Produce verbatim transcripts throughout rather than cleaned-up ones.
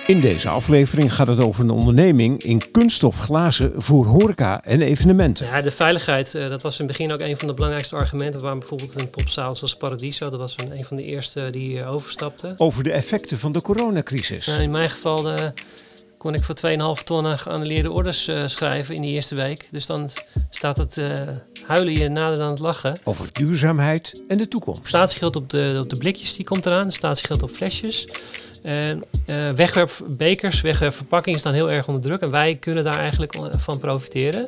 In deze aflevering gaat het over een onderneming in kunststof glazen voor horeca en evenementen. Ja, de veiligheid, uh, dat was in het begin ook een van de belangrijkste argumenten. Waarom bijvoorbeeld een popzaal zoals Paradiso, dat was een, een van de eerste die uh, overstapte. Over de effecten van de coronacrisis. Uh, in mijn geval uh, kon ik voor twee komma vijf ton geannuleerde orders uh, schrijven in die eerste week. Dus dan staat het uh, huilen je nader dan het lachen. Over duurzaamheid en de toekomst. Statiegeld op de, op de blikjes, die komt eraan. Statiegeld op flesjes. En uh, wegwerpbekers, wegwerpverpakkingen staan heel erg onder druk. En wij kunnen daar eigenlijk van profiteren.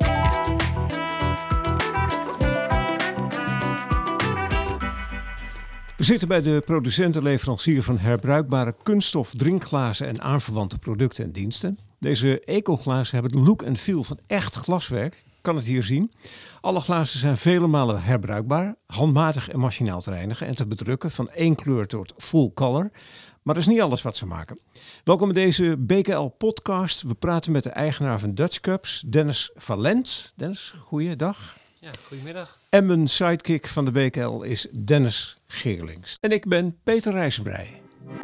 We zitten bij de producent en leverancier van herbruikbare kunststof, drinkglazen en aanverwante producten en diensten. Deze ecoglazen hebben de look en feel van echt glaswerk. Ik kan het hier zien. Alle glazen zijn vele malen herbruikbaar, handmatig en machinaal te reinigen en te bedrukken van één kleur tot full color. Maar dat is niet alles wat ze maken. Welkom bij deze B K L-podcast. We praten met de eigenaar van Dutch Cups, Dennis Valent. Dennis, goeiedag. Ja, goedemiddag. En mijn sidekick van de B K L is Dennis Geerlings. En ik ben Peter Rijzenbrij.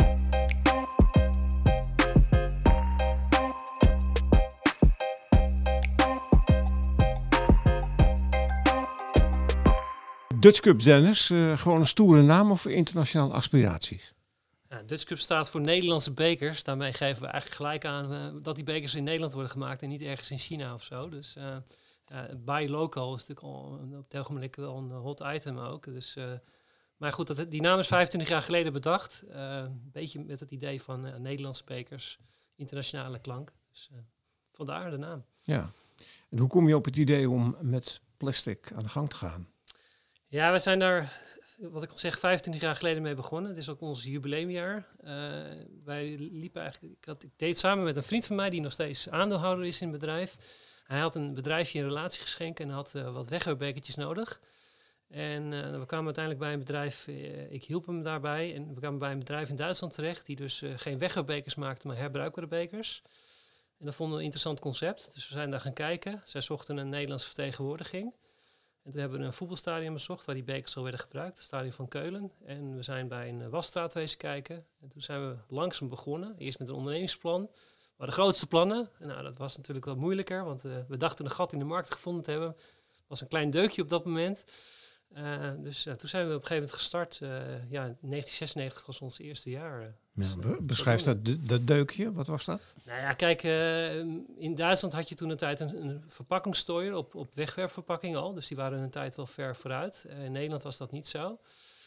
Dutch Cups, Dennis, uh, gewoon een stoere naam of internationale aspiraties? Ja, Dutch Cup staat voor Nederlandse bekers. Daarmee geven we eigenlijk gelijk aan uh, dat die bekers in Nederland worden gemaakt en niet ergens in China of zo. Dus uh, uh, buy local is natuurlijk al op het ogenblik wel een hot item ook. Dus, uh, maar goed, dat, die naam is vijfentwintig jaar geleden bedacht. Uh, een beetje met het idee van uh, Nederlandse bekers, internationale klank. Dus uh, vandaar de naam. Ja. En hoe kom je op het idee om met plastic aan de gang te gaan? Ja, we zijn daar, wat ik al zeg, vijfentwintig jaar geleden mee begonnen. Het is ook ons jubileumjaar. Uh, wij liepen eigenlijk, ik, had, ik deed samen met een vriend van mij die nog steeds aandeelhouder is in het bedrijf. Hij had een bedrijfje in relatie geschenken en had uh, wat wegwerpbekertjes nodig. En uh, we kwamen uiteindelijk bij een bedrijf, uh, ik hielp hem daarbij. En we kwamen bij een bedrijf in Duitsland terecht die dus uh, geen wegwerpbekers maakte, maar herbruikbare bekers. En dat vonden we een interessant concept. Dus we zijn daar gaan kijken. Zij zochten een Nederlandse vertegenwoordiging. En toen hebben we een voetbalstadion bezocht waar die bekers al werden gebruikt, het stadion van Keulen. En we zijn bij een wasstraat wezen kijken. En toen zijn we langzaam begonnen, eerst met een ondernemingsplan. We hadden de grootste plannen. En nou, dat was natuurlijk wat moeilijker, want uh, we dachten een gat in de markt gevonden te hebben. Het was een klein deukje op dat moment. Uh, dus uh, toen zijn we op een gegeven moment gestart. Uh, ja, negentien zesennegentig was ons eerste jaar. Uh, ja, dus, uh, beschrijf dat, dat deukje, wat was dat? Nou ja, kijk, uh, in Duitsland had je toen een tijd een, een verpakkingstooier op, op wegwerpverpakking al. Dus die waren een tijd wel ver vooruit. Uh, in Nederland was dat niet zo.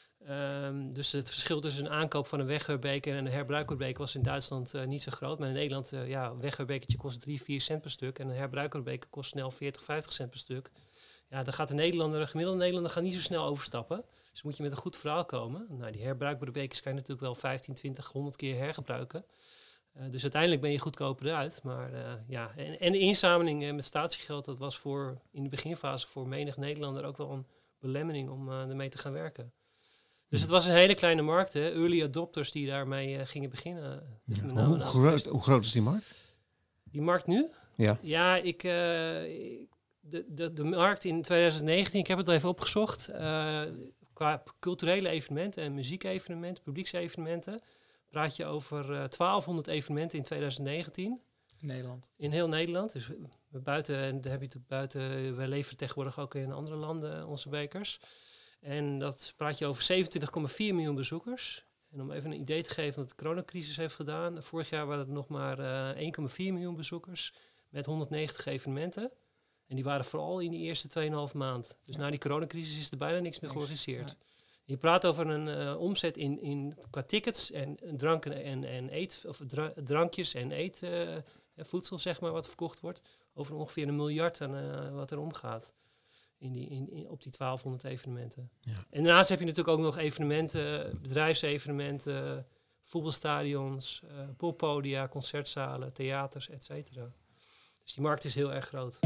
Um, dus het verschil tussen een aankoop van een wegwerpbeker en een herbruikbare beker was in Duitsland uh, niet zo groot. Maar in Nederland, uh, ja, een wegwerpbekertje kost drie, vier cent per stuk. En een herbruikbare beker kost snel veertig, vijftig cent per stuk. Ja, dan gaat de Nederlander, een gemiddelde Nederlander gaat niet zo snel overstappen. Dus moet je met een goed verhaal komen. Nou, die herbruikbare bekers kan je natuurlijk wel vijftien, twintig, honderd keer hergebruiken. Uh, dus uiteindelijk ben je goedkoper eruit. Maar uh, ja, en, en de inzameling uh, met statiegeld, dat was voor in de beginfase voor menig Nederlander ook wel een belemmering om uh, ermee te gaan werken. Dus het was een hele kleine markt, hè. Early adopters die daarmee uh, gingen beginnen. Dus Ja, nou, hoe, nou, groot, hoe groot is die markt? Die markt nu? Ja. Ja, ik... Uh, ik De, de, de markt in twintig negentien, ik heb het even opgezocht, uh, qua culturele evenementen en muziekevenementen, publieksevenementen, praat je over uh, twaalfhonderd evenementen in twintig negentien. In Nederland. In heel Nederland. Dus we, we buiten, en daar heb je natuurlijk buiten, wij leveren tegenwoordig ook in andere landen onze bekers. En dat praat je over zevenentwintig komma vier miljoen bezoekers. En om even een idee te geven wat de coronacrisis heeft gedaan, vorig jaar waren er nog maar uh, één komma vier miljoen bezoekers met honderdnegentig evenementen. En die waren vooral in die eerste twee komma vijf maand. Dus ja. Na die coronacrisis is er bijna niks meer georganiseerd. Ja. Je praat over een uh, omzet in, in, qua tickets en dranken en, en eet, of dra- drankjes en eet, uh, voedsel, zeg maar, wat verkocht wordt. Over ongeveer een miljard aan uh, wat er omgaat in die, in, in, op die twaalfhonderd evenementen. Ja. En daarnaast heb je natuurlijk ook nog evenementen, bedrijfsevenementen, voetbalstadions, uh, poppodia, concertzalen, theaters, et cetera. Dus die markt is heel erg groot.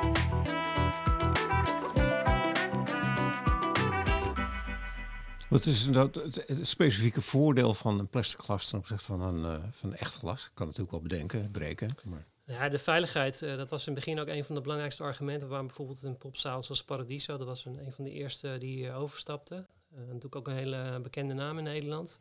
Wat is nou het, het specifieke voordeel van een plastic glas ten opzichte van een, uh, van een echt glas? Ik kan natuurlijk wel bedenken, breken. Maar... Ja, de veiligheid, uh, dat was in het begin ook een van de belangrijkste argumenten. Waarom bijvoorbeeld een popzaal zoals Paradiso, dat was een, een van de eerste die uh, overstapte. Uh, natuurlijk ook een hele bekende naam in Nederland.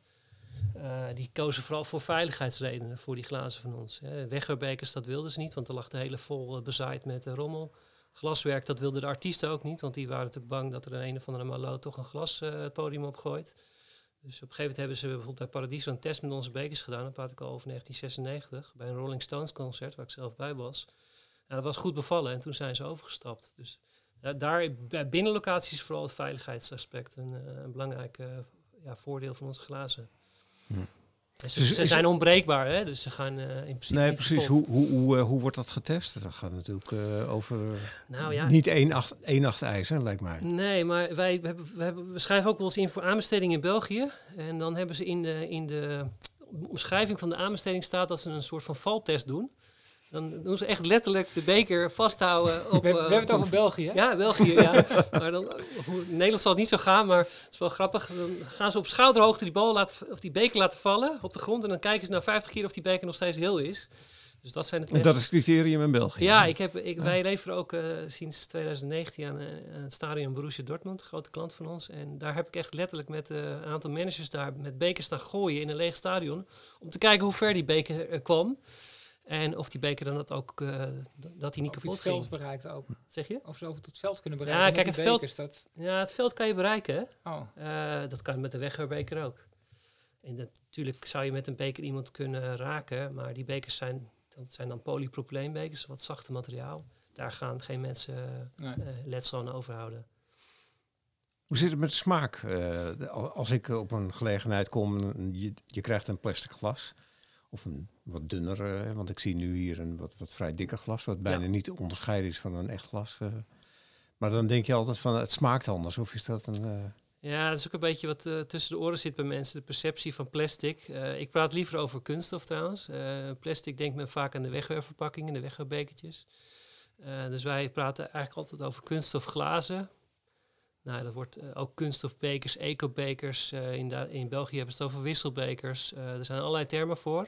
Uh, die kozen vooral voor veiligheidsredenen voor die glazen van ons. Hè. Wegwerpbekers, dat wilden ze niet, want er lag de hele vol uh, bezaaid met uh, rommel. Glaswerk, dat wilden de artiesten ook niet, want die waren natuurlijk bang dat er een, een of andere maloot toch een glas uh, het podium opgooit. Dus op een gegeven moment hebben ze bijvoorbeeld bij Paradiso een test met onze bekers gedaan. Dan praat ik al over negentien zesennegentig, bij een Rolling Stones concert waar ik zelf bij was. En dat was goed bevallen en toen zijn ze overgestapt. Dus uh, daar bij binnenlocaties is vooral het veiligheidsaspect een, uh, een belangrijk uh, ja, voordeel van onze glazen. Hm. Ze, dus ze zijn onbreekbaar, hè? Dus ze gaan uh, in principe. Nee, niet precies. Hoe, hoe, hoe, uh, hoe wordt dat getest? Dat gaat natuurlijk uh, over. Nou, ja. Niet één nacht ijs, hè, lijkt mij. Nee, maar wij hebben, we, hebben, we schrijven ook wel eens in voor aanbesteding in België. En dan hebben ze in de, in de omschrijving van de aanbesteding staat dat ze een soort van valtest doen. Dan doen ze echt letterlijk de beker vasthouden op... We, we uh, hebben het over België, hè? Ja, België, ja. Maar dan, hoe, in Nederland zal het niet zo gaan, maar het is wel grappig. Dan gaan ze op schouderhoogte die bal laten, of die beker laten vallen op de grond. En dan kijken ze na vijftig keer of die beker nog steeds heel is. Dus dat zijn de tests. En dat is het criterium in België? Ja, ik heb, ik, wij leveren ook uh, sinds twintig negentien aan, uh, aan het stadion Borussia Dortmund, een grote klant van ons. En daar heb ik echt letterlijk met uh, een aantal managers daar met bekers staan gooien in een leeg stadion. Om te kijken hoe ver die beker uh, kwam. En of die beker dan dat ook, uh, dat hij niet of kapot ging. ging. Of het veld bereikt ook. Wat zeg je? Of ze over het veld kunnen bereiken. Ja, kijk, het bekers, veld, dat... ja, het veld kan je bereiken. Hè? Oh. Uh, dat kan met de wegwerpbeker ook. En dat, natuurlijk zou je met een beker iemand kunnen raken, maar die bekers zijn, dat zijn dan polypropyleenbekers, wat zachter materiaal. Daar gaan geen mensen uh, nee. uh, letsel aan overhouden. Hoe zit het met de smaak? Uh, als ik op een gelegenheid kom, je, je krijgt een plastic glas. Of een wat dunner, uh, want ik zie nu hier een wat, wat vrij dikke glas, wat bijna ja. niet te onderscheiden is van een echt glas. Uh. Maar dan denk je altijd van, het smaakt anders. Of is dat een... Uh... Ja, dat is ook een beetje wat uh, tussen de oren zit bij mensen, de perceptie van plastic. Uh, ik praat liever over kunststof trouwens. Uh, plastic denkt men vaak aan de wegwerpverpakkingen, de wegwerpbekertjes. Uh, dus wij praten eigenlijk altijd over kunststofglazen. Nou, dat wordt uh, ook kunststofbekers, ecobekers. Uh, in, da- in België hebben ze het over wisselbekers. Uh, er zijn allerlei termen voor.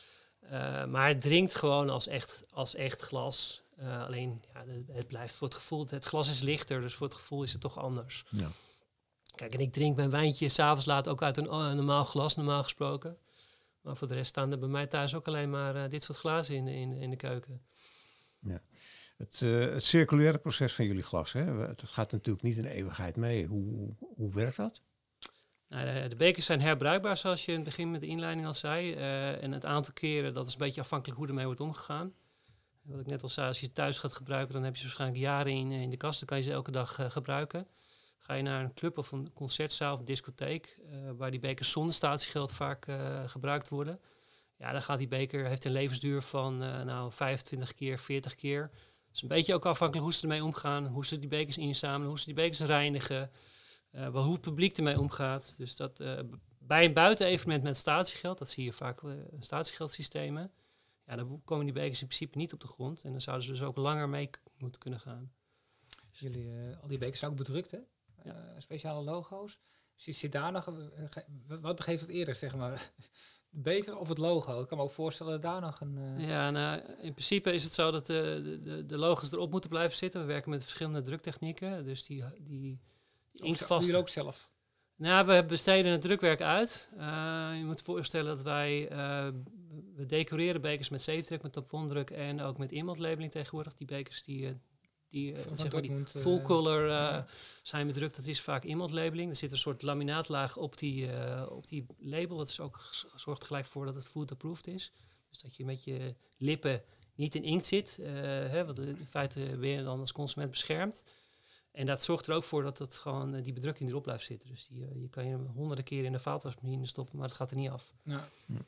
Uh, maar het drinkt gewoon als echt, als echt glas. Uh, alleen, ja, het blijft voor het gevoel... Het glas is lichter, dus voor het gevoel is het toch anders. Ja. Kijk, en ik drink mijn wijntje 's avonds laat ook uit een, een normaal glas, normaal gesproken. Maar voor de rest staan er bij mij thuis ook alleen maar uh, dit soort glazen in, in, in de keuken. Ja. Het, uh, het circulaire proces van jullie glas, hè? Het gaat natuurlijk niet een eeuwigheid mee. Hoe, hoe werkt dat? Nou, de, de bekers zijn herbruikbaar, zoals je in het begin met de inleiding al zei. Uh, en het aantal keren, dat is een beetje afhankelijk hoe ermee wordt omgegaan. Wat ik net al zei, als je het thuis gaat gebruiken, dan heb je ze waarschijnlijk jaren in, in de kast. Dan kan je ze elke dag uh, gebruiken. Ga je naar een club of een concertzaal of discotheek, uh, waar die bekers zonder statiegeld vaak uh, gebruikt worden. Ja, dan gaat die beker, heeft een levensduur van uh, nou, vijfentwintig keer, veertig keer. Het is een beetje ook afhankelijk hoe ze ermee omgaan, hoe ze die bekers inzamelen, hoe ze die bekers reinigen, uh, wel hoe het publiek ermee omgaat. Dus dat uh, bij een buitenevenement met statiegeld, dat zie je vaak uh, statiegeldsystemen, ja, dan komen die bekers in principe niet op de grond en dan zouden ze dus ook langer mee k- moeten kunnen gaan. Dus jullie, uh, al die bekers zijn ook bedrukt, hè? Ja. Uh, speciale logo's. Zit, zit daar nog, uh, ge- wat begeeft het eerder, zeg maar? De beker of het logo? Ik kan me ook voorstellen dat daar nog een... Uh... Ja, nou, in principe is het zo dat de, de, de logos erop moeten blijven zitten. We werken met verschillende druktechnieken, dus die, die, die inktvast... Doen jullie ook zelf? Nou, we besteden het drukwerk uit. Uh, je moet voorstellen dat wij... Uh, we decoreren bekers met zeefdruk, met tampondruk en ook met inmaaltlabeling tegenwoordig. Die bekers die... Uh, Die, uh, zeg maar die full color uh, ja. zijn bedrukt, dat is vaak inmaaltlabeling. Er zit een soort laminaatlaag op die, uh, op die label. Dat is ook g- zorgt gelijk voor dat het food approved is. Dus dat je met je lippen niet in inkt zit. Uh, hè, want in feite ben je dan als consument beschermd. En dat zorgt er ook voor dat het gewoon, uh, die bedrukking erop blijft zitten. Dus die, uh, je kan je honderden keren in de vaatwasmachine stoppen, maar het gaat er niet af. Ja.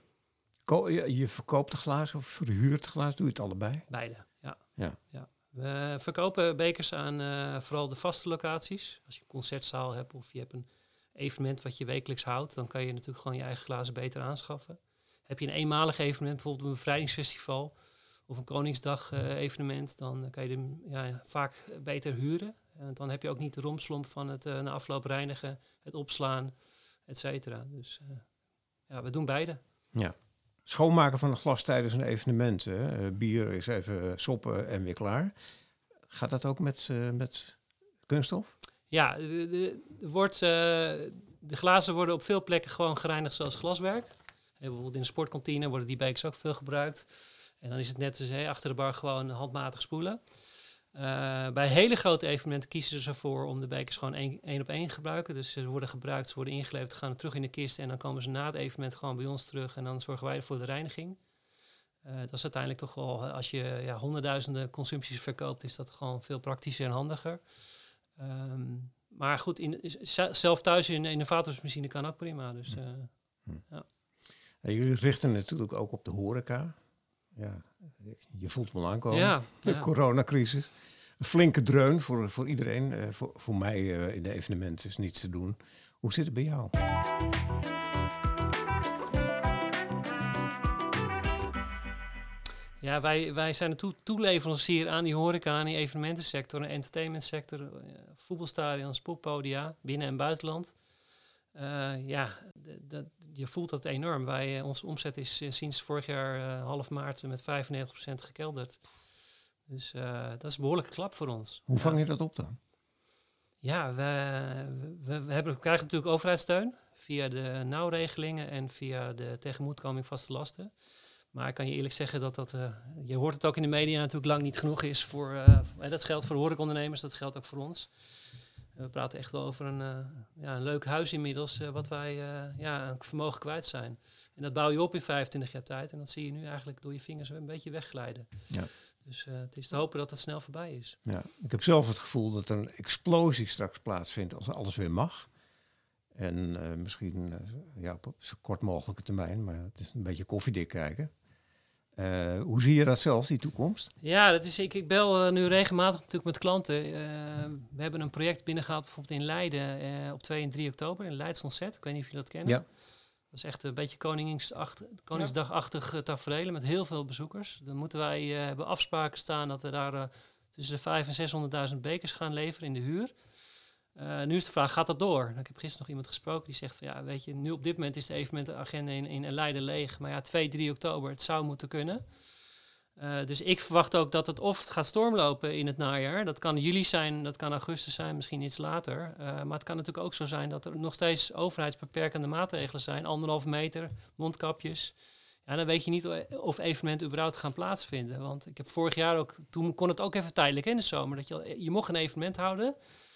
Ko- je, je verkoopt de glazen of verhuurt de glazen? Doe je het allebei? Beide, ja. Ja. ja. We verkopen bekers aan uh, vooral de vaste locaties. Als je een concertzaal hebt of je hebt een evenement wat je wekelijks houdt, dan kan je natuurlijk gewoon je eigen glazen beter aanschaffen. Heb je een eenmalig evenement, bijvoorbeeld een bevrijdingsfestival of een Koningsdag uh, evenement, dan kan je hem ja, vaak beter huren. Want dan heb je ook niet de rompslomp van het uh, na afloop reinigen, het opslaan, et cetera. Dus uh, ja, we doen beide. Ja. Schoonmaken van een glas tijdens een evenement. Hè. Uh, bier is even soppen en weer klaar. Gaat dat ook met, uh, met kunststof? Ja, er wordt, uh, de glazen worden op veel plekken gewoon gereinigd zoals glaswerk. Hey, bijvoorbeeld in de sportkantine worden die bekers ook veel gebruikt. En dan is het net als hey, achter de bar gewoon handmatig spoelen. Uh, bij hele grote evenementen kiezen ze ervoor om de bekers gewoon één, één op één te gebruiken. Dus ze worden gebruikt, ze worden ingeleverd, gaan terug in de kist en dan komen ze na het evenement gewoon bij ons terug en dan zorgen wij voor de reiniging. Uh, dat is uiteindelijk toch wel, als je ja, honderdduizenden consumpties verkoopt, is dat gewoon veel praktischer en handiger. Um, maar goed, in, zelf thuis in een innovatorsmachine kan ook prima. Dus, uh, hm. ja. Ja, jullie richten natuurlijk ook op de horeca. Ja, je voelt me al aankomen. Ja, de ja. coronacrisis. Een flinke dreun voor, voor iedereen. Uh, voor, voor mij uh, in de evenementen is niets te doen. Hoe zit het bij jou? Ja, wij, wij zijn een toe- toeleverancier aan die horeca, aan die evenementensector, en entertainmentsector, uh, voetbalstadions, poppodia, binnen- en buitenland. Uh, ja, d- d- je voelt dat enorm. Wij, uh, onze omzet is uh, sinds vorig jaar uh, half maart met vijfennegentig procent gekelderd. Dus uh, dat is een behoorlijke klap voor ons. Hoe ja. vang je dat op dan? Ja, we, we, we, hebben, we krijgen natuurlijk overheidssteun via de nauwregelingen en via de tegemoetkoming vaste lasten. Maar ik kan je eerlijk zeggen dat dat, uh, je hoort het ook in de media, natuurlijk lang niet genoeg is voor, uh, dat geldt voor de horecaondernemers, dat geldt ook voor ons. We praten echt wel over een, uh, ja, een leuk huis inmiddels, uh, wat wij uh, ja, een vermogen kwijt zijn. En dat bouw je op in vijfentwintig jaar tijd en dat zie je nu eigenlijk door je vingers een beetje wegglijden. Ja. Dus uh, het is te hopen dat het snel voorbij is. Ja, ik heb zelf het gevoel dat er een explosie straks plaatsvindt als alles weer mag. En uh, misschien uh, ja, op zo kort mogelijke termijn, maar het is een beetje koffiedik kijken. Uh, hoe zie je dat zelf, die toekomst? Ja, dat is, ik, ik bel uh, nu regelmatig natuurlijk met klanten. Uh, we hebben een project binnengehaald bijvoorbeeld in Leiden uh, op twee en drie oktober in Leids Concert. Ik weet niet of jullie dat kennen. Ja. Dat is echt een beetje Koningsdagachtig uh, tafereel met heel veel bezoekers. Dan moeten wij uh, hebben afspraken staan dat we daar uh, tussen de vijfhonderdduizend en zeshonderdduizend bekers gaan leveren in de huur. Uh, nu is de vraag, gaat dat door? Ik heb gisteren nog iemand gesproken die zegt van ja, weet je, nu op dit moment is de evenementenagenda in, in Leiden leeg. Maar ja, twee, drie oktober, het zou moeten kunnen. Uh, dus ik verwacht ook dat het of het gaat stormlopen in het najaar. Dat kan juli zijn, dat kan augustus zijn, misschien iets later. Uh, maar het kan natuurlijk ook zo zijn dat er nog steeds overheidsbeperkende maatregelen zijn. Anderhalve meter, mondkapjes. Ja, dan weet je niet of evenementen überhaupt gaan plaatsvinden. Want ik heb vorig jaar ook, toen kon het ook even tijdelijk in de zomer. Dat je, je mocht een evenement houden.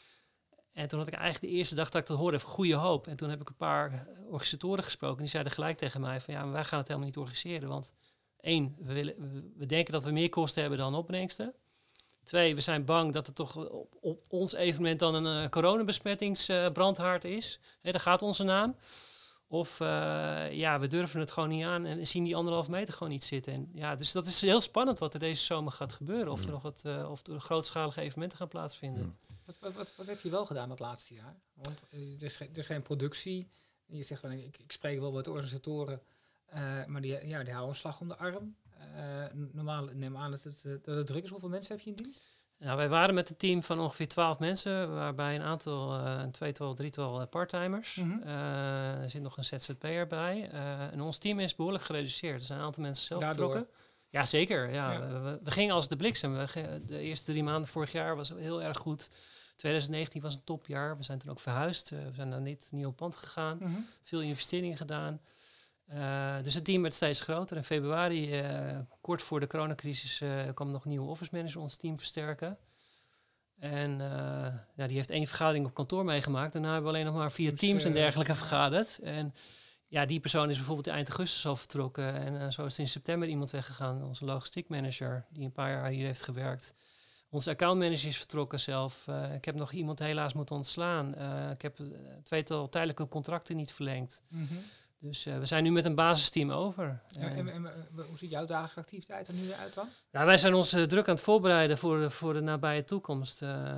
En toen had ik eigenlijk de eerste dag dat ik dat hoorde, even goede hoop. En toen heb ik een paar organisatoren gesproken. En die zeiden gelijk tegen mij van ja, maar wij gaan het helemaal niet organiseren. Want één, we, willen, we denken dat we meer kosten hebben dan opbrengsten. Twee, we zijn bang dat het toch op, op ons evenement dan een uh, coronabesmettingsbrandhaard uh, is. He, daar gaat onze naam. Of uh, ja, we durven het gewoon niet aan en zien die anderhalf meter gewoon niet zitten. En, ja, dus dat is heel spannend wat er deze zomer gaat gebeuren. Of er nog wat, uh, of er grootschalige evenementen gaan plaatsvinden. Mm. Wat, wat, wat, wat heb je wel gedaan dat laatste jaar? Want uh, er, is ge- er is geen productie. En je zegt van ik, ik spreek wel met organisatoren, uh, maar die, ja, die houden een slag om de arm. Uh, normaal neem aan dat het, uh, dat het druk is. Hoeveel mensen heb je in dienst? Nou, wij waren met een team van ongeveer twaalf mensen, waarbij een aantal, uh, een tweetal, drietal uh, parttimers. Mm-hmm. Uh, er zit nog een Z Z P'er bij. Uh, en ons team is behoorlijk gereduceerd. Er zijn een aantal mensen zelf Daardoor. vertrokken. Ja, zeker. Ja. Ja. We, we gingen als de bliksem. We, de eerste drie maanden vorig jaar was heel erg goed. twintig negentien was een topjaar. We zijn toen ook verhuisd. Uh, we zijn naar dit nieuwe pand gegaan. Mm-hmm. Veel investeringen gedaan. Uh, dus het team werd steeds groter. In februari, uh, kort voor de coronacrisis, uh, kwam nog een nieuwe office manager ons team versterken. En uh, ja, die heeft één vergadering op kantoor meegemaakt. Daarna hebben we alleen nog maar via dus, Teams en uh, dergelijke vergaderd. En ja, die persoon is bijvoorbeeld eind augustus al vertrokken. En uh, zo is er in september iemand weggegaan. Onze logistiek manager, die een paar jaar hier heeft gewerkt. Onze accountmanager is vertrokken zelf. Uh, ik heb nog iemand helaas moeten ontslaan. Uh, ik heb uh, tweetal tijdelijke contracten niet verlengd. Mm-hmm. Dus uh, we zijn nu met een basisteam over. Ja, en, en, en hoe ziet jouw dagelijkse activiteit er nu uit dan? Nou, wij zijn ons uh, druk aan het voorbereiden voor de, voor de nabije toekomst. Uh,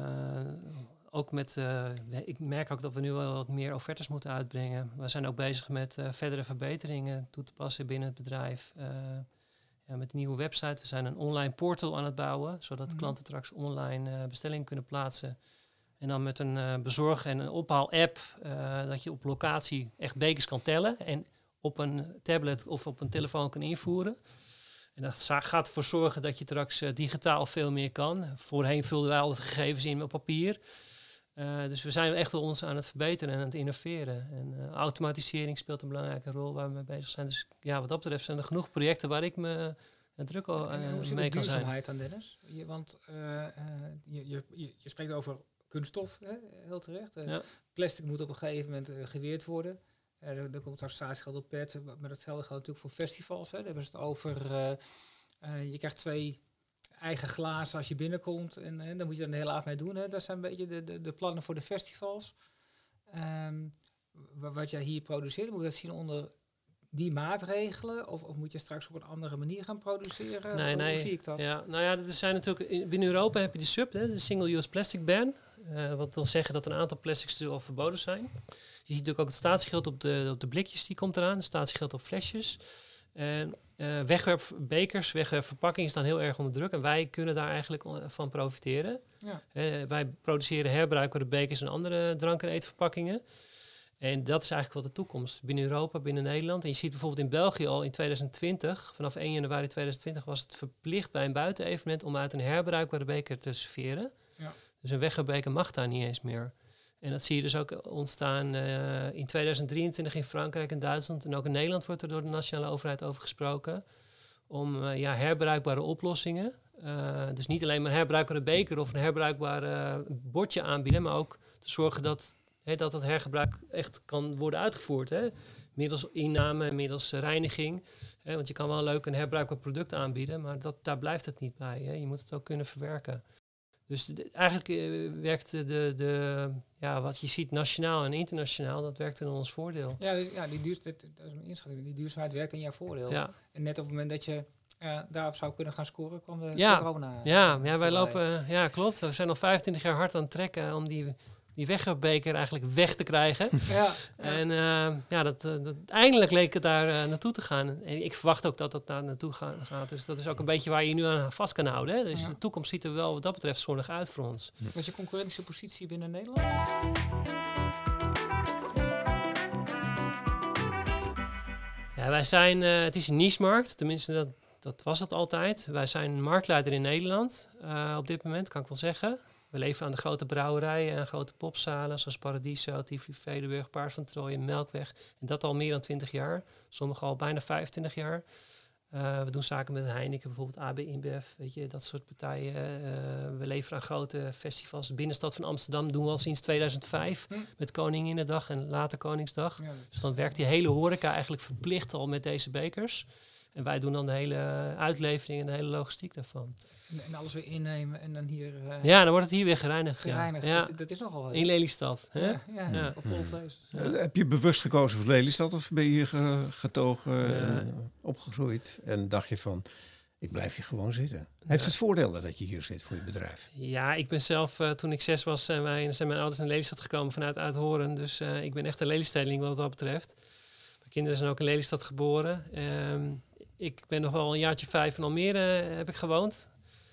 ook met, uh, ik merk ook dat we nu wel wat meer offertes moeten uitbrengen. We zijn ook bezig met uh, verdere verbeteringen toe te passen binnen het bedrijf. Uh, ja, met een nieuwe website. We zijn een online portal aan het bouwen, zodat mm-hmm. klanten straks online uh, bestellingen kunnen plaatsen. En dan met een uh, bezorg- en een ophaal-app, uh, dat je op locatie echt bekers kan tellen en op een tablet of op een telefoon kan invoeren. En dat gaat ervoor zorgen dat je straks uh, digitaal veel meer kan. Voorheen vulden wij altijd gegevens in op papier. Uh, dus we zijn echt wel ons aan het verbeteren en aan het innoveren. En uh, automatisering speelt een belangrijke rol waar we mee bezig zijn. Dus ja, wat dat betreft zijn er genoeg projecten waar ik me uh, druk uh, en, en hoe zit mee de kan zijn. duurzaamheid aan, Dennis? Je, want uh, uh, je, je, je spreekt over kunststof, hè? Heel terecht. Uh, ja. Plastic moet op een gegeven moment uh, geweerd worden. Uh, er, er komt daar staatsgeld op pet, maar datzelfde geldt natuurlijk voor festivals. Hè? Daar hebben ze het over, uh, uh, je krijgt twee eigen glazen als je binnenkomt en, en dan moet je er een hele avond mee doen. Hè? Dat zijn een beetje de, de, de plannen voor de festivals. Um, wat jij hier produceert, moet je dat zien onder die maatregelen? Of, of moet je straks op een andere manier gaan produceren? Nee, Hoe, nee. hoe zie ik dat? Ja, nou ja, dat zijn natuurlijk, in, binnen Europa heb je de S U P, hè, de Single-Use Plastic Ban. Uh, wat wil zeggen dat een aantal plastics al verboden zijn. Je ziet natuurlijk ook het statiegeld op de, op de blikjes, die komt eraan. Het statiegeld op flesjes. En uh, wegwerpbekers, wegwerpverpakkingen staan heel erg onder druk. En wij kunnen daar eigenlijk van profiteren. Ja. Uh, wij produceren herbruikbare bekers en andere drank- en eetverpakkingen. En dat is eigenlijk wel de toekomst. Binnen Europa, binnen Nederland. En je ziet bijvoorbeeld in België al in tweeduizend twintig... vanaf één januari tweeduizend twintig was het verplicht bij een buitenevenement om uit een herbruikbare beker te serveren. Ja. Dus een wegwerpbeker mag daar niet eens meer. En dat zie je dus ook ontstaan uh, in tweeduizend drieëntwintig in Frankrijk en Duitsland. En ook in Nederland wordt er door de nationale overheid over gesproken. Om uh, ja, herbruikbare oplossingen. Uh, dus niet alleen maar een herbruikbare beker of een herbruikbaar uh, bordje aanbieden. Maar ook te zorgen dat, hè, dat het hergebruik echt kan worden uitgevoerd. Hè. Middels inname, middels reiniging. Hè, want je kan wel leuk een herbruikbaar product aanbieden. Maar dat, daar blijft het niet bij. Hè. Je moet het ook kunnen verwerken. Dus de, eigenlijk uh, werkt de, de, de, ja, wat je ziet nationaal en internationaal, dat werkt in ons voordeel. Ja, die, ja die, duurs, dat, dat is mijn inschatting. Die duurzaamheid werkt in jouw voordeel. Ja. En net op het moment dat je uh, daarop zou kunnen gaan scoren, kwam de ja. corona. Ja, ja, wij lopen, ja, klopt. We zijn al vijfentwintig jaar hard aan het trekken om die, die wegwerpbeker eigenlijk weg te krijgen. Ja, ja. En uh, ja, dat, uh, dat, eindelijk leek het daar uh, naartoe te gaan. En ik verwacht ook dat dat daar naartoe ga, gaat. Dus dat is ook een beetje waar je nu aan vast kan houden. Hè. Dus ja. de toekomst ziet er wel wat dat betreft zonnig uit voor ons. Wat is je concurrentische positie binnen Nederland? Ja, wij zijn, uh, het is een niche-markt, tenminste dat, dat was het altijd. Wij zijn marktleider in Nederland uh, op dit moment, kan ik wel zeggen. We leveren aan de grote brouwerijen en grote popzalen zoals Paradiso, Tivoli, Vredenburg, Paars van Trooien, Melkweg. En dat al meer dan twintig jaar, sommige al bijna vijfentwintig jaar. Uh, we doen zaken met Heineken, bijvoorbeeld A B InBev, weet je, dat soort partijen. Uh, we leveren aan grote festivals. De binnenstad van Amsterdam doen we al sinds tweeduizend vijf hm. met Koninginnedag en later Koningsdag. Ja, dus dan werkt die hele horeca eigenlijk verplicht al met deze bekers. En wij doen dan de hele uitlevering en de hele logistiek daarvan. En, en alles weer innemen en dan hier... Uh, ja, dan wordt het hier weer gereinigd. Gereinigd, ja. dat, dat is nogal... In Lelystad. Hè? Ja, ja, ja. Of all place. Ja. Uh, heb je bewust gekozen voor Lelystad of ben je hier ge- getogen ja. en opgegroeid? En dacht je van, ik blijf hier gewoon zitten. Heeft ja. het voordelen dat je hier zit voor je bedrijf? Ja, ik ben zelf, uh, toen ik zes was, zijn, wij, zijn mijn ouders naar Lelystad gekomen vanuit Uithoren. Dus uh, ik ben echt een Lelystedeling wat dat betreft. Mijn kinderen zijn ook in Lelystad geboren. Um, Ik ben nog wel een jaartje vijf in Almere heb ik gewoond.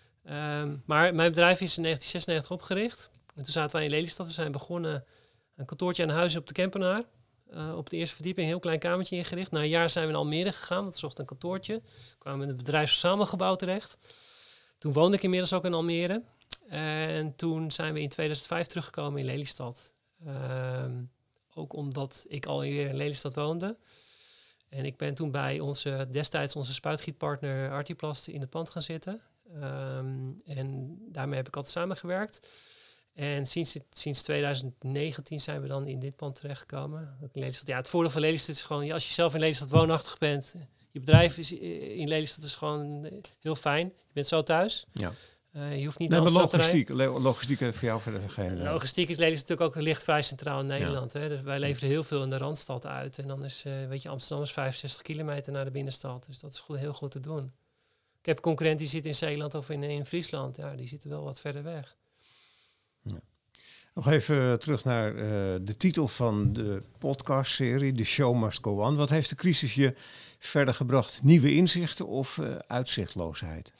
Um, maar mijn bedrijf is in negentien zesennegentig opgericht. En toen zaten wij in Lelystad. We zijn begonnen een kantoortje aan huis op de Kempenaar. Uh, op de eerste verdieping een heel klein kamertje ingericht. Na een jaar zijn we naar Almere gegaan, want we zochten een kantoortje. We kwamen in het bedrijfsverzamelgebouw terecht. Toen woonde ik inmiddels ook in Almere. En toen zijn we in tweeduizend vijf teruggekomen in Lelystad. Um, ook omdat ik alweer in Lelystad woonde. En ik ben toen bij onze, destijds onze spuitgietpartner Artiplast in het pand gaan zitten. Um, en daarmee heb ik altijd samengewerkt. En sinds, sinds tweeduizend negentien zijn we dan in dit pand terechtgekomen. Ja, het voordeel van Lelystad is gewoon, ja, als je zelf in Lelystad woonachtig bent, je bedrijf is in Lelystad is gewoon heel fijn. Je bent zo thuis. Ja. Uh, je hoeft niet nee, maar logistiek, logistiek heeft voor jou verder geen... Uh... Logistiek is Lelystad natuurlijk ook ligt vrij centraal in Nederland. Ja. Hè? Dus wij leveren heel veel in de Randstad uit. En dan is, uh, weet je, Amsterdam is vijfenzestig kilometer naar de binnenstad. Dus dat is goed, heel goed te doen. Ik heb concurrenten die zitten in Zeeland of in, in Friesland. Ja, die zitten wel wat verder weg. Ja. Nog even terug naar uh, de titel van de podcastserie, The Show Must Go On. Wat heeft de crisis je verder gebracht? Nieuwe inzichten of uh, uitzichtloosheid?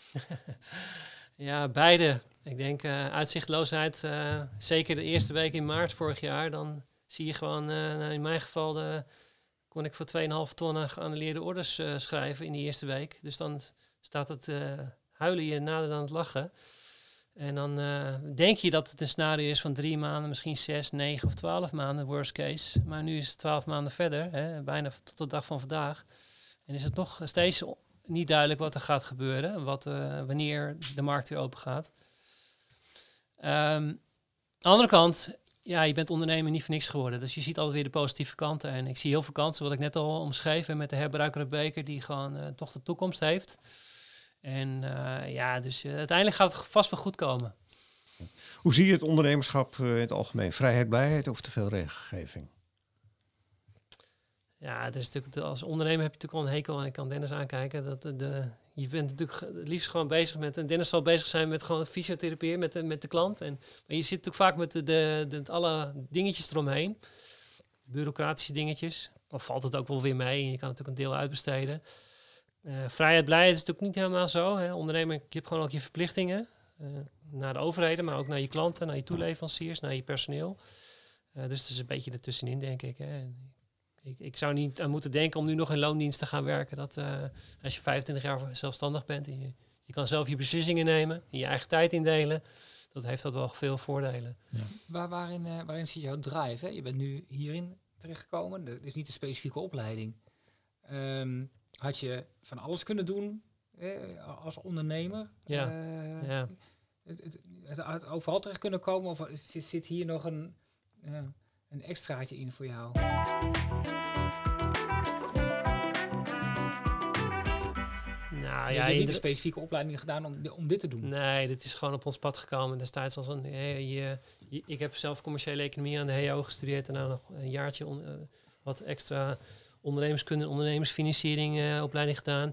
Ja, beide. Ik denk uh, uitzichtloosheid, uh, zeker de eerste week in maart vorig jaar, dan zie je gewoon, uh, in mijn geval de, kon ik voor twee komma vijf ton geannuleerde orders uh, schrijven in die eerste week. Dus dan staat het uh, huilen je nader dan het lachen. En dan uh, denk je dat het een scenario is van drie maanden, misschien zes, negen of twaalf maanden, worst case. Maar nu is het twaalf maanden verder, hè, bijna tot de dag van vandaag. En is het nog steeds niet duidelijk wat er gaat gebeuren, wat, uh, wanneer de markt weer open gaat. Um, aan de andere kant, ja, je bent ondernemer niet voor niks geworden. Dus je ziet altijd weer de positieve kanten. En ik zie heel veel kansen, wat ik net al omschreef, hè, met de herbruikbare beker die gewoon uh, toch de toekomst heeft. En uh, ja, dus uh, uiteindelijk gaat het vast wel goed komen. Hoe zie je het ondernemerschap uh, in het algemeen? Vrijheid, blijheid of te veel regelgeving? Ja, het is natuurlijk, als ondernemer heb je natuurlijk al een hekel, en ik kan Dennis aankijken. Dat de, de, je bent natuurlijk het liefst gewoon bezig met, en Dennis zal bezig zijn met gewoon het fysiotherapie met de, met de klant. En, maar je zit natuurlijk vaak met de, de, de, alle dingetjes eromheen. Bureaucratische dingetjes. Dan valt het ook wel weer mee en je kan natuurlijk een deel uitbesteden. Uh, vrijheid, blijheid is natuurlijk niet helemaal zo. Hè. Ondernemer, je hebt gewoon ook je verplichtingen. Uh, naar de overheden, maar ook naar je klanten, naar je toeleveranciers, naar je personeel. Uh, dus het is een beetje ertussenin, denk ik. Hè. Ik, ik zou niet aan moeten denken om nu nog in loondienst te gaan werken. Dat uh, als je vijfentwintig jaar zelfstandig bent en je, je kan zelf je beslissingen nemen, in je eigen tijd indelen. Dat heeft dat wel veel voordelen. Ja. Waar, waarin, uh, waarin zit jouw drive? Hè? Je bent nu hierin terechtgekomen. Dat is niet een specifieke opleiding. Um, had je van alles kunnen doen eh, als ondernemer? Ja. Uh, ja. Het, het, het had overal terecht kunnen komen? Of zit, zit hier nog een, uh, een extraatje in voor jou? Nou, je ja, hebt niet de een specifieke opleiding gedaan om, om dit te doen? Nee, dit is gewoon op ons pad gekomen destijds. Als een, je, je, ik heb zelf commerciële economie aan de H E O gestudeerd en dan nog een jaartje on, uh, wat extra ondernemerskunde en ondernemersfinanciering uh, opleiding gedaan.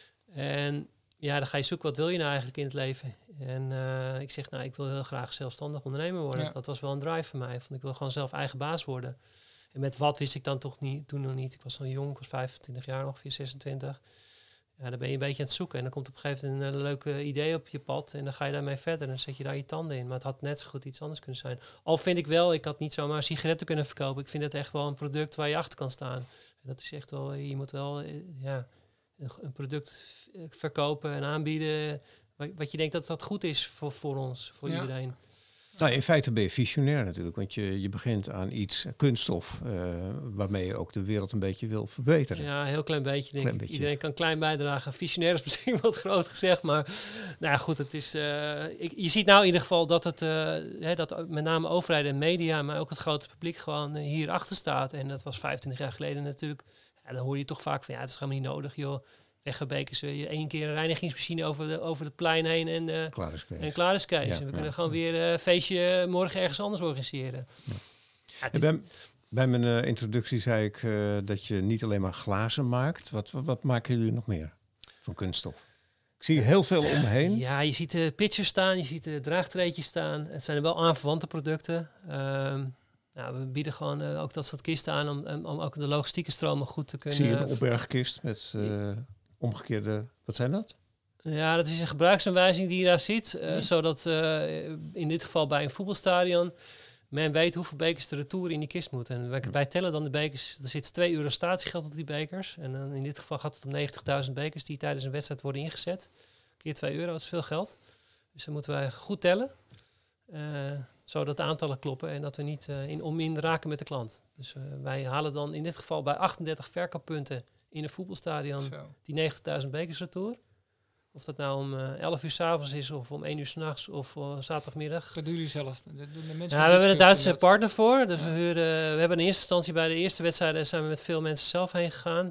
En ja, dan ga je zoeken, wat wil je nou eigenlijk in het leven? En uh, ik zeg, nou, ik wil heel graag zelfstandig ondernemer worden. Ja. Dat was wel een drive voor mij. Want ik wil gewoon zelf eigen baas worden. En met wat wist ik dan toch niet, toen nog niet. Ik was nog jong, ik was vijfentwintig jaar, ongeveer zesentwintig. Ja, dan ben je een beetje aan het zoeken. En dan komt op een gegeven moment een leuke idee op je pad. En dan ga je daarmee verder. En dan zet je daar je tanden in. Maar het had net zo goed iets anders kunnen zijn. Al vind ik wel, ik had niet zomaar sigaretten kunnen verkopen. Ik vind het echt wel een product waar je achter kan staan. En dat is echt wel, je moet wel, ja, een product verkopen en aanbieden. Wat je denkt dat dat goed is voor, voor ons, voor ja. iedereen. Nou, in feite ben je visionair natuurlijk, want je, je begint aan iets, kunststof, uh, waarmee je ook de wereld een beetje wil verbeteren. Ja, een heel klein beetje denk klein ik. Beetje. Iedereen kan klein bijdragen. Visionair is misschien wat groot gezegd, maar nou ja, goed, het is. Uh, ik, je ziet nou in ieder geval dat het, uh, hè, dat met name overheden en media, maar ook het grote publiek gewoon uh, hier achter staat. En dat was vijfentwintig jaar geleden natuurlijk. Ja, dan hoor je toch vaak van ja, het is helemaal niet nodig, joh. Weggebekers, je één keer een reinigingsmachine over, de, over het plein heen en, uh, klaar is Kees. en klaar is Kees. Ja, en we ja, kunnen ja. gewoon weer een uh, feestje morgen ergens anders organiseren. Ja. Ja, is... bij, bij mijn uh, introductie zei ik uh, dat je niet alleen maar glazen maakt. Wat, wat, wat maken jullie nog meer van kunststof? Ik zie heel veel om me heen. Ja, je ziet de pitchers staan, je ziet de draagtreetjes staan. Het zijn er wel aanverwante producten. Um, Nou, we bieden gewoon uh, ook dat soort kisten aan om, um, om ook de logistieke stromen goed te kunnen... Zie je een opbergkist met uh, omgekeerde... Wat zijn dat? Ja, dat is een gebruiksaanwijzing die je daar ziet. Uh, hmm. Zodat uh, in dit geval bij een voetbalstadion men weet hoeveel bekers de retour in die kist moet. En wij, wij tellen dan de bekers. Er zit twee euro statiegeld op die bekers. En uh, in dit geval gaat het om negentigduizend bekers die tijdens een wedstrijd worden ingezet. Keer twee euro, dat is veel geld. Dus dan moeten wij goed tellen. Uh, zodat de aantallen kloppen en dat we niet uh, in onmin raken met de klant. Dus uh, wij halen dan in dit geval bij achtendertig verkooppunten in een voetbalstadion Zo. die negentigduizend bekers retour. Of dat nou om uh, elf uur 's avonds is of om één uur 's nachts of uh, zaterdagmiddag. Dat doen jullie zelf? De, de mensen ja, we hebben een Duitse dat... partner voor. Dus ja. we, huren, we hebben in eerste instantie bij de eerste wedstrijden zijn we met veel mensen zelf heen gegaan.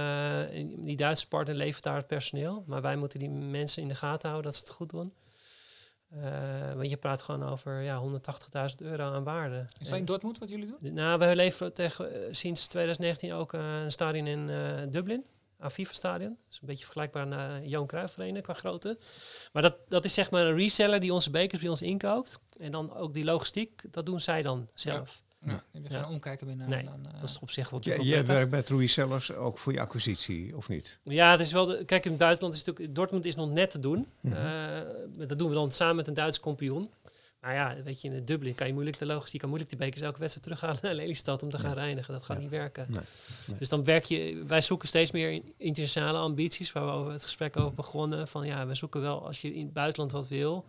Uh, die Duitse partner levert daar het personeel. Maar wij moeten die mensen in de gaten houden dat ze het goed doen. Uh, want je praat gewoon over ja, honderdtachtigduizend euro aan waarde. Is dat in Dortmund wat jullie doen? Nou, we leveren tegen, uh, sinds twintig negentien ook uh, een stadion in uh, Dublin. Aviva Stadion. Dat is een beetje vergelijkbaar naar Johan Cruijff Arena qua grootte. Maar dat, dat is zeg maar een reseller die onze bekers bij ons inkoopt. En dan ook die logistiek, dat doen zij dan zelf. Ja, ja. jullie gaan ja. omkijken binnen. Nee, dan, uh, dat is op zich wel. Ja, jij werkt bij resellers ook voor je acquisitie, of niet? Ja, het is wel. De, kijk, in het buitenland is het natuurlijk. Dortmund is nog net te doen. Mm-hmm. Uh, dat doen we dan samen met een Duitse kampioen. Maar ja, weet je, in Dublin kan je moeilijk de logistiek, kan moeilijk de bekers elke wedstrijd terughalen naar Lelystad om te gaan nee. reinigen. Dat gaat ja. niet werken. Nee. Nee. Dus dan werk je. Wij zoeken steeds meer internationale ambities, waar we over het gesprek over begonnen. Van ja, we zoeken wel als je in het buitenland wat wil.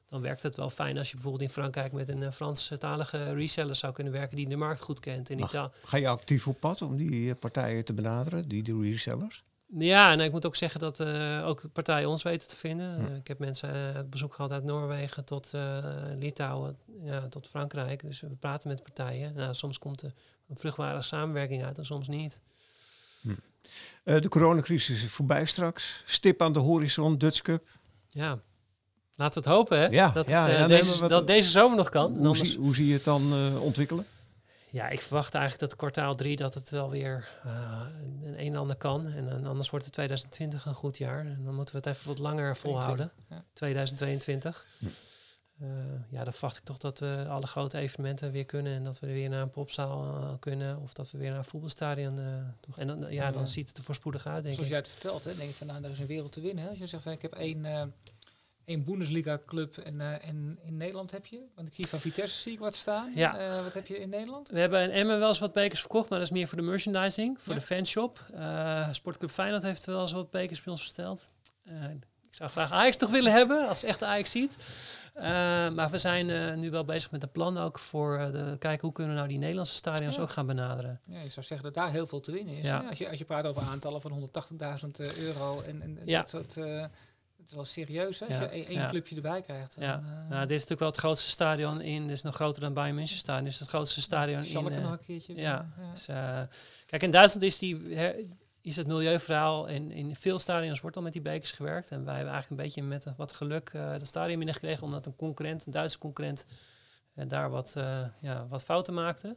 dan werkt het wel fijn als je bijvoorbeeld in Frankrijk met een uh, Franstalige reseller zou kunnen werken die de markt goed kent. In Ita- Ga je actief op pad om die uh, partijen te benaderen, die de resellers? Ja, en ik moet ook zeggen dat uh, ook de partijen ons weten te vinden. Ja. Uh, ik heb mensen uh, bezoek gehad uit Noorwegen tot uh, Litouwen, ja, tot Frankrijk. Dus we praten met partijen. Nou, soms komt er een vruchtbare samenwerking uit en soms niet. Hm. Uh, de coronacrisis is voorbij straks. Stip aan de horizon, Dutch Cup. Ja, laten we het hopen, hè? Ja, dat, ja, het, uh, ja, deze, nee, wat, dat deze zomer nog kan. Hoe, anders... zie, hoe zie je het dan uh, ontwikkelen? Ja, ik verwacht eigenlijk dat kwartaal drie dat het wel weer uh, een en ander kan. En, en anders wordt het twintig twintig een goed jaar. En dan moeten we het even wat langer volhouden. Ja. twintig tweeëntwintig. Hm. Uh, ja, dan verwacht ik toch dat we alle grote evenementen weer kunnen. En dat we weer naar een popzaal uh, kunnen. Of dat we weer naar een voetbalstadion. Uh, en dan, ja, ja, dan ziet het er voorspoedig uit, denk Zoals ik. jij het vertelt, hè, denk ik van nou, er is een wereld te winnen. Hè? Als je zegt van ik heb één... Uh, Een Bundesliga-club en, uh, en in Nederland heb je? Want ik zie van Vitesse zie ik wat staan. Ja. Uh, wat heb je in Nederland? We hebben in Emmen wel eens wat bekers verkocht, maar dat is meer voor de merchandising, voor ja. de fanshop. Uh, Sportclub Feyenoord heeft wel eens wat bekers bij ons besteld. Uh, ik zou graag Ajax toch willen hebben, als echte Ajax ziet. Uh, maar we zijn uh, nu wel bezig met een plan ook voor uh, de, kijken hoe kunnen we nou die Nederlandse stadions ja. ook gaan benaderen. Ja, je zou zeggen dat daar heel veel te winnen is. Ja. Hè? Als, je, als je praat over aantallen van honderdtachtigduizend euro en, en ja. dat soort... Uh, Het is wel serieus, hè? Als ja, je één ja. clubje erbij krijgt. Dan, ja. uh, nou, dit is natuurlijk wel het grootste stadion in. Dit is nog groter dan Bayern München stadion. Dit is het grootste stadion zal in... ik er uh, nog een keertje... Ja. ja. Dus, uh, kijk, in Duitsland is, die, her, is het milieuverhaal... En in veel stadions wordt al met die bekers gewerkt. En wij hebben eigenlijk een beetje met wat geluk uh, dat stadion binnengekregen. Omdat een concurrent, een Duitse concurrent... Uh, daar wat, uh, ja, wat fouten maakte.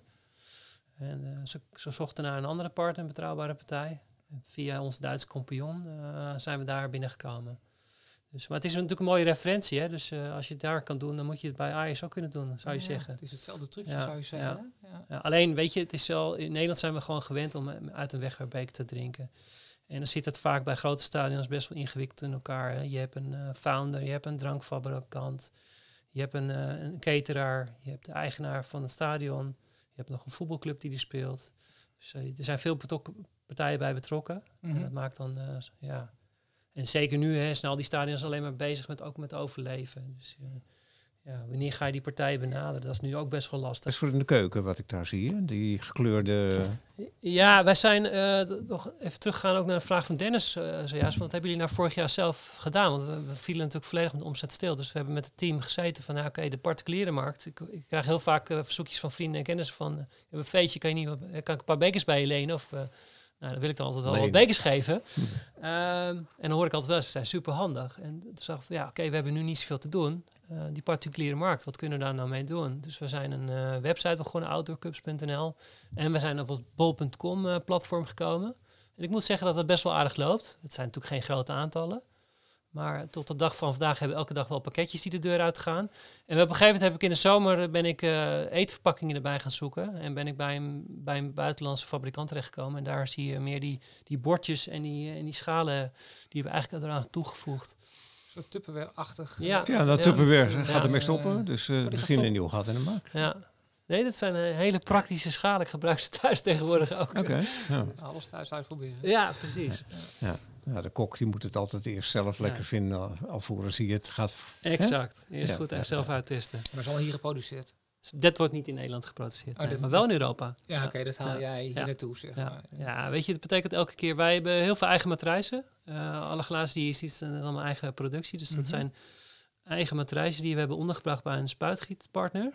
En uh, ze, ze zochten naar een andere partner, een betrouwbare partij. En via ons Duitse compagnon uh, zijn we daar binnengekomen. Dus, maar het is natuurlijk een mooie referentie. Hè? Dus uh, als je het daar kan doen, dan moet je het bij Ajax ook kunnen doen, zou je ja, zeggen. Het is hetzelfde trucje, ja, zou je zeggen. Ja. Hè? Ja. Ja, alleen, weet je, het is wel, in Nederland zijn we gewoon gewend om uit een wegwerpbeker te drinken. En dan zit het vaak bij grote stadions best wel ingewikkeld in elkaar. Hè? Je hebt een uh, founder, je hebt een drankfabrikant, je hebt een, uh, een cateraar, je hebt de eigenaar van het stadion, je hebt nog een voetbalclub die die speelt. Dus uh, er zijn veel betrokken, partijen bij betrokken. Mm-hmm. En dat maakt dan, uh, ja... En zeker nu hè, zijn al die stadions alleen maar bezig met ook met overleven. Dus uh, ja, wanneer ga je die partijen benaderen? Dat is nu ook best wel lastig. Dat is voor in de keuken wat ik daar zie, die gekleurde... Ja, wij zijn uh, nog even teruggaan ook naar de vraag van Dennis uh, zojuist. Want wat hebben jullie nou vorig jaar zelf gedaan? Want we, we vielen natuurlijk volledig met de omzet stil. Dus we hebben met het team gezeten van, nou, oké, okay, de particuliere markt. Ik, ik krijg heel vaak uh, verzoekjes van vrienden en kennissen van... Uh, je hebt een feestje, kan, je niet, kan ik een paar bekers bij je lenen? Of... Uh, Nou, dan wil ik dan altijd wel nee. wat bekers geven. Hm. Um, en dan hoor ik altijd wel, ze zijn super handig. En toen zag ik van, ja, oké, okay, we hebben nu niet zoveel te doen. Uh, die particuliere markt, wat kunnen we daar nou mee doen? Dus we zijn een uh, website begonnen, outdoorcups punt n l. En we zijn op het bol punt com uh, platform gekomen. En ik moet zeggen dat het best wel aardig loopt. Het zijn natuurlijk geen grote aantallen. Maar tot de dag van vandaag hebben we elke dag wel pakketjes die de deur uitgaan. En op een gegeven moment heb ik in de zomer ben ik uh, eetverpakkingen erbij gaan zoeken. En ben ik bij een, bij een buitenlandse fabrikant terechtgekomen. En daar zie je meer die, die bordjes en die, en die schalen, die hebben eigenlijk eraan toegevoegd. Zo Tupperware-achtig. Ja, ja, dat ja, Tupperware ja, gaat ermee stoppen. Dus uh, misschien een nieuw gat in de maak. Ja. Nee, dat zijn uh, hele praktische schalen. Ik gebruik ze thuis tegenwoordig ook. Oké. Okay, ja. Alles thuis uitproberen. Ja, precies. Ja. Ja. Ja, de kok die moet het altijd eerst zelf ja. lekker vinden, alvorens hij het gaat... Exact. Hè? Eerst ja, goed ja, echt zelf ja. uittesten. Maar is al hier geproduceerd? Dat wordt niet in Nederland geproduceerd, oh, nee, maar wel in Europa. Ja, ja. oké, okay, dat haal ja. jij hier ja. naartoe, zeg ja. maar. Ja, weet je, dat betekent elke keer... Wij hebben heel veel eigen matrijzen. Uh, alle glazen die je ziet zijn allemaal eigen productie. Dus mm-hmm. dat zijn eigen matrijzen die we hebben ondergebracht bij een spuitgietpartner.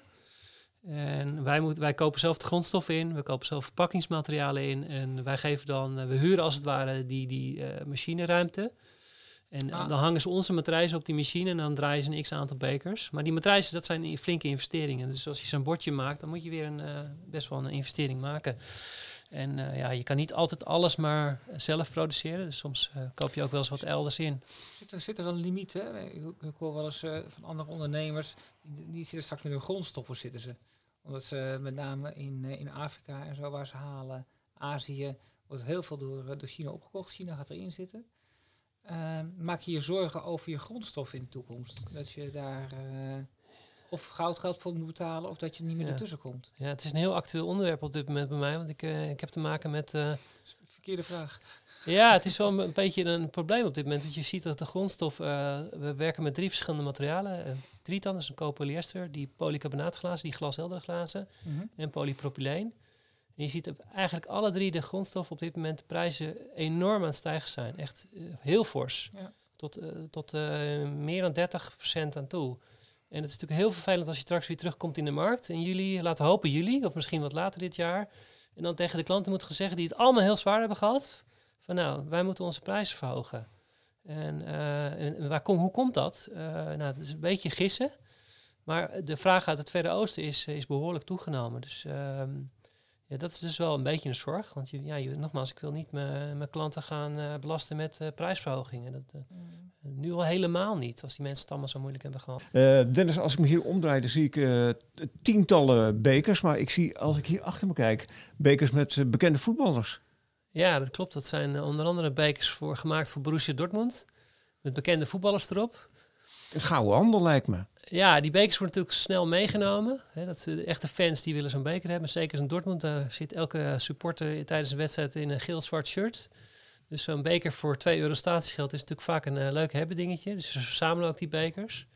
En wij, moet, wij kopen zelf de grondstoffen in, we kopen zelf verpakkingsmaterialen in en wij geven dan, uh, we huren als het ware die, die uh, machineruimte. En ah. dan hangen ze onze matrijzen op die machine en dan draaien ze een x-aantal bekers. Maar die matrijzen, dat zijn flinke investeringen. Dus als je zo'n bordje maakt, dan moet je weer een, uh, best wel een investering maken. En uh, ja, je kan niet altijd alles maar zelf produceren. Dus soms uh, koop je ook wel eens wat elders in. Zit er, zit er een limiet, hè? Ik, ik hoor wel eens uh, van andere ondernemers, die, die zitten straks met hun grondstoffen, zitten ze. Omdat ze met name in, uh, in Afrika en zo waar ze halen, Azië, wordt heel veel door, door China opgekocht. China gaat erin zitten. Uh, maak je je zorgen over je grondstoffen in de toekomst? Dat je daar... Uh, of goudgeld voor moet betalen, of dat je niet meer ja. ertussen komt. Ja, het is een heel actueel onderwerp op dit moment bij mij, want ik, uh, ik heb te maken met... Uh, verkeerde vraag. Ja, het is wel een, een beetje een probleem op dit moment. Want je ziet dat de grondstof... Uh, we werken met drie verschillende materialen. Uh, Tritan, dat is een copolyester. Die polycarbonaatglazen, die glasheldere glazen. Mm-hmm. En polypropyleen. En je ziet eigenlijk alle drie de grondstoffen op dit moment de prijzen enorm aan het stijgen zijn. Echt uh, heel fors. Ja. Tot, uh, tot uh, meer dan dertig procent aan toe. En het is natuurlijk heel vervelend als je straks weer terugkomt in de markt. In juli, laten we hopen juli, of misschien wat later dit jaar. En dan tegen de klanten moet gaan zeggen die het allemaal heel zwaar hebben gehad. Van nou, wij moeten onze prijzen verhogen. En, uh, en waar kom, hoe komt dat? Uh, nou, dat is een beetje gissen. Maar de vraag uit het Verre Oosten is, is behoorlijk toegenomen. Dus... Uh, Ja, dat is dus wel een beetje een zorg. Want je, ja, je, nogmaals, ik wil niet mijn klanten gaan uh, belasten met uh, prijsverhogingen. Dat, uh, mm. Nu al helemaal niet, als die mensen het allemaal zo moeilijk hebben gehad. Uh, Dennis, als ik me hier omdraai, dan zie ik uh, tientallen bekers. Maar ik zie, als ik hier achter me kijk, bekers met uh, bekende voetballers. Ja, dat klopt. Dat zijn uh, onder andere bekers voor, gemaakt voor Borussia Dortmund. Met bekende voetballers erop. Een gouden handel lijkt me. Ja, die bekers worden natuurlijk snel meegenomen. He, dat, de echte fans die willen zo'n beker hebben. Zeker in Dortmund, daar zit elke supporter tijdens een wedstrijd in een geel-zwart shirt. Dus zo'n beker voor twee euro statiegeld is natuurlijk vaak een uh, leuk hebben dingetje. Dus ze verzamelen ook die bekers.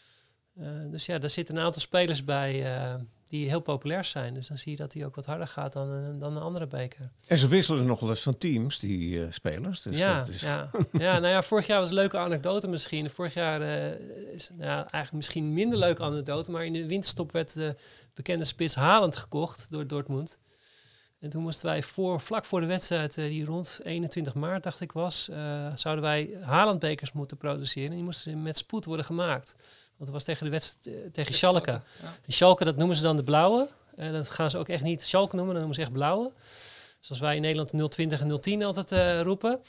Uh, dus ja, daar zitten een aantal spelers bij uh, die heel populair zijn. Dus dan zie je dat die ook wat harder gaat dan een, dan een andere beker. En ze wisselen nog wel eens van teams, die uh, spelers. Dus ja, dat is... ja. ja, nou ja, vorig jaar was een leuke anekdote misschien. Vorig jaar uh, is nou, eigenlijk misschien een minder leuke anekdote. Maar in de winterstop werd de bekende spits Haaland gekocht door Dortmund. En toen moesten wij voor, vlak voor de wedstrijd, uh, die rond eenentwintig maart dacht ik was, uh, zouden wij Haaland-bekers moeten produceren. En die moesten met spoed worden gemaakt. Want dat was tegen de wedstrijd uh, tegen Schalke. Ja. En Schalke, dat noemen ze dan de blauwe. En dat gaan ze ook echt niet Schalke noemen, dan noemen ze echt blauwe. Zoals wij in Nederland nul twintig en nul tien altijd uh, roepen.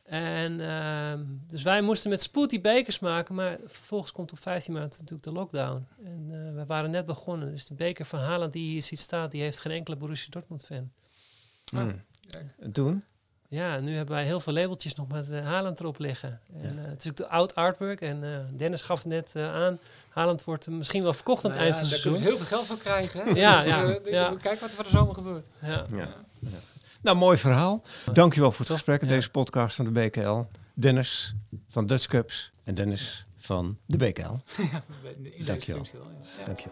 En uh, dus wij moesten met spoed die bekers maken. Maar vervolgens komt op vijftien maart natuurlijk de lockdown. En uh, we waren net begonnen. Dus de beker van Haaland die hier ziet staan, die heeft geen enkele Borussia Dortmund fan. Mm. Ah. En toen? Ja, nu hebben wij heel veel labeltjes nog met uh, Haaland erop liggen. En, uh, het is natuurlijk de oud artwork. En uh, Dennis gaf het net uh, aan. Haaland wordt uh, misschien wel verkocht aan het nou eind van ja, het seizoen. Daar kunnen ze heel veel geld voor krijgen. Hè? Ja, dus, ja, uh, de, ja. Kijk wat er van de zomer gebeurt. Ja. Ja. Ja. Nou, mooi verhaal. Dankjewel voor het gesprek in ja. deze podcast van de B K L. Dennis van Dutch Cups en Dennis van de B K L. Ja, Dankjewel. Ja. Dankjewel.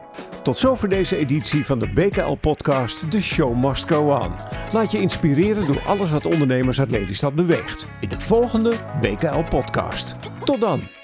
Tot zover deze editie van de B K L-podcast The Show Must Go On. Laat je inspireren door alles wat ondernemers uit Lelystad beweegt. In de volgende B K L-podcast. Tot dan!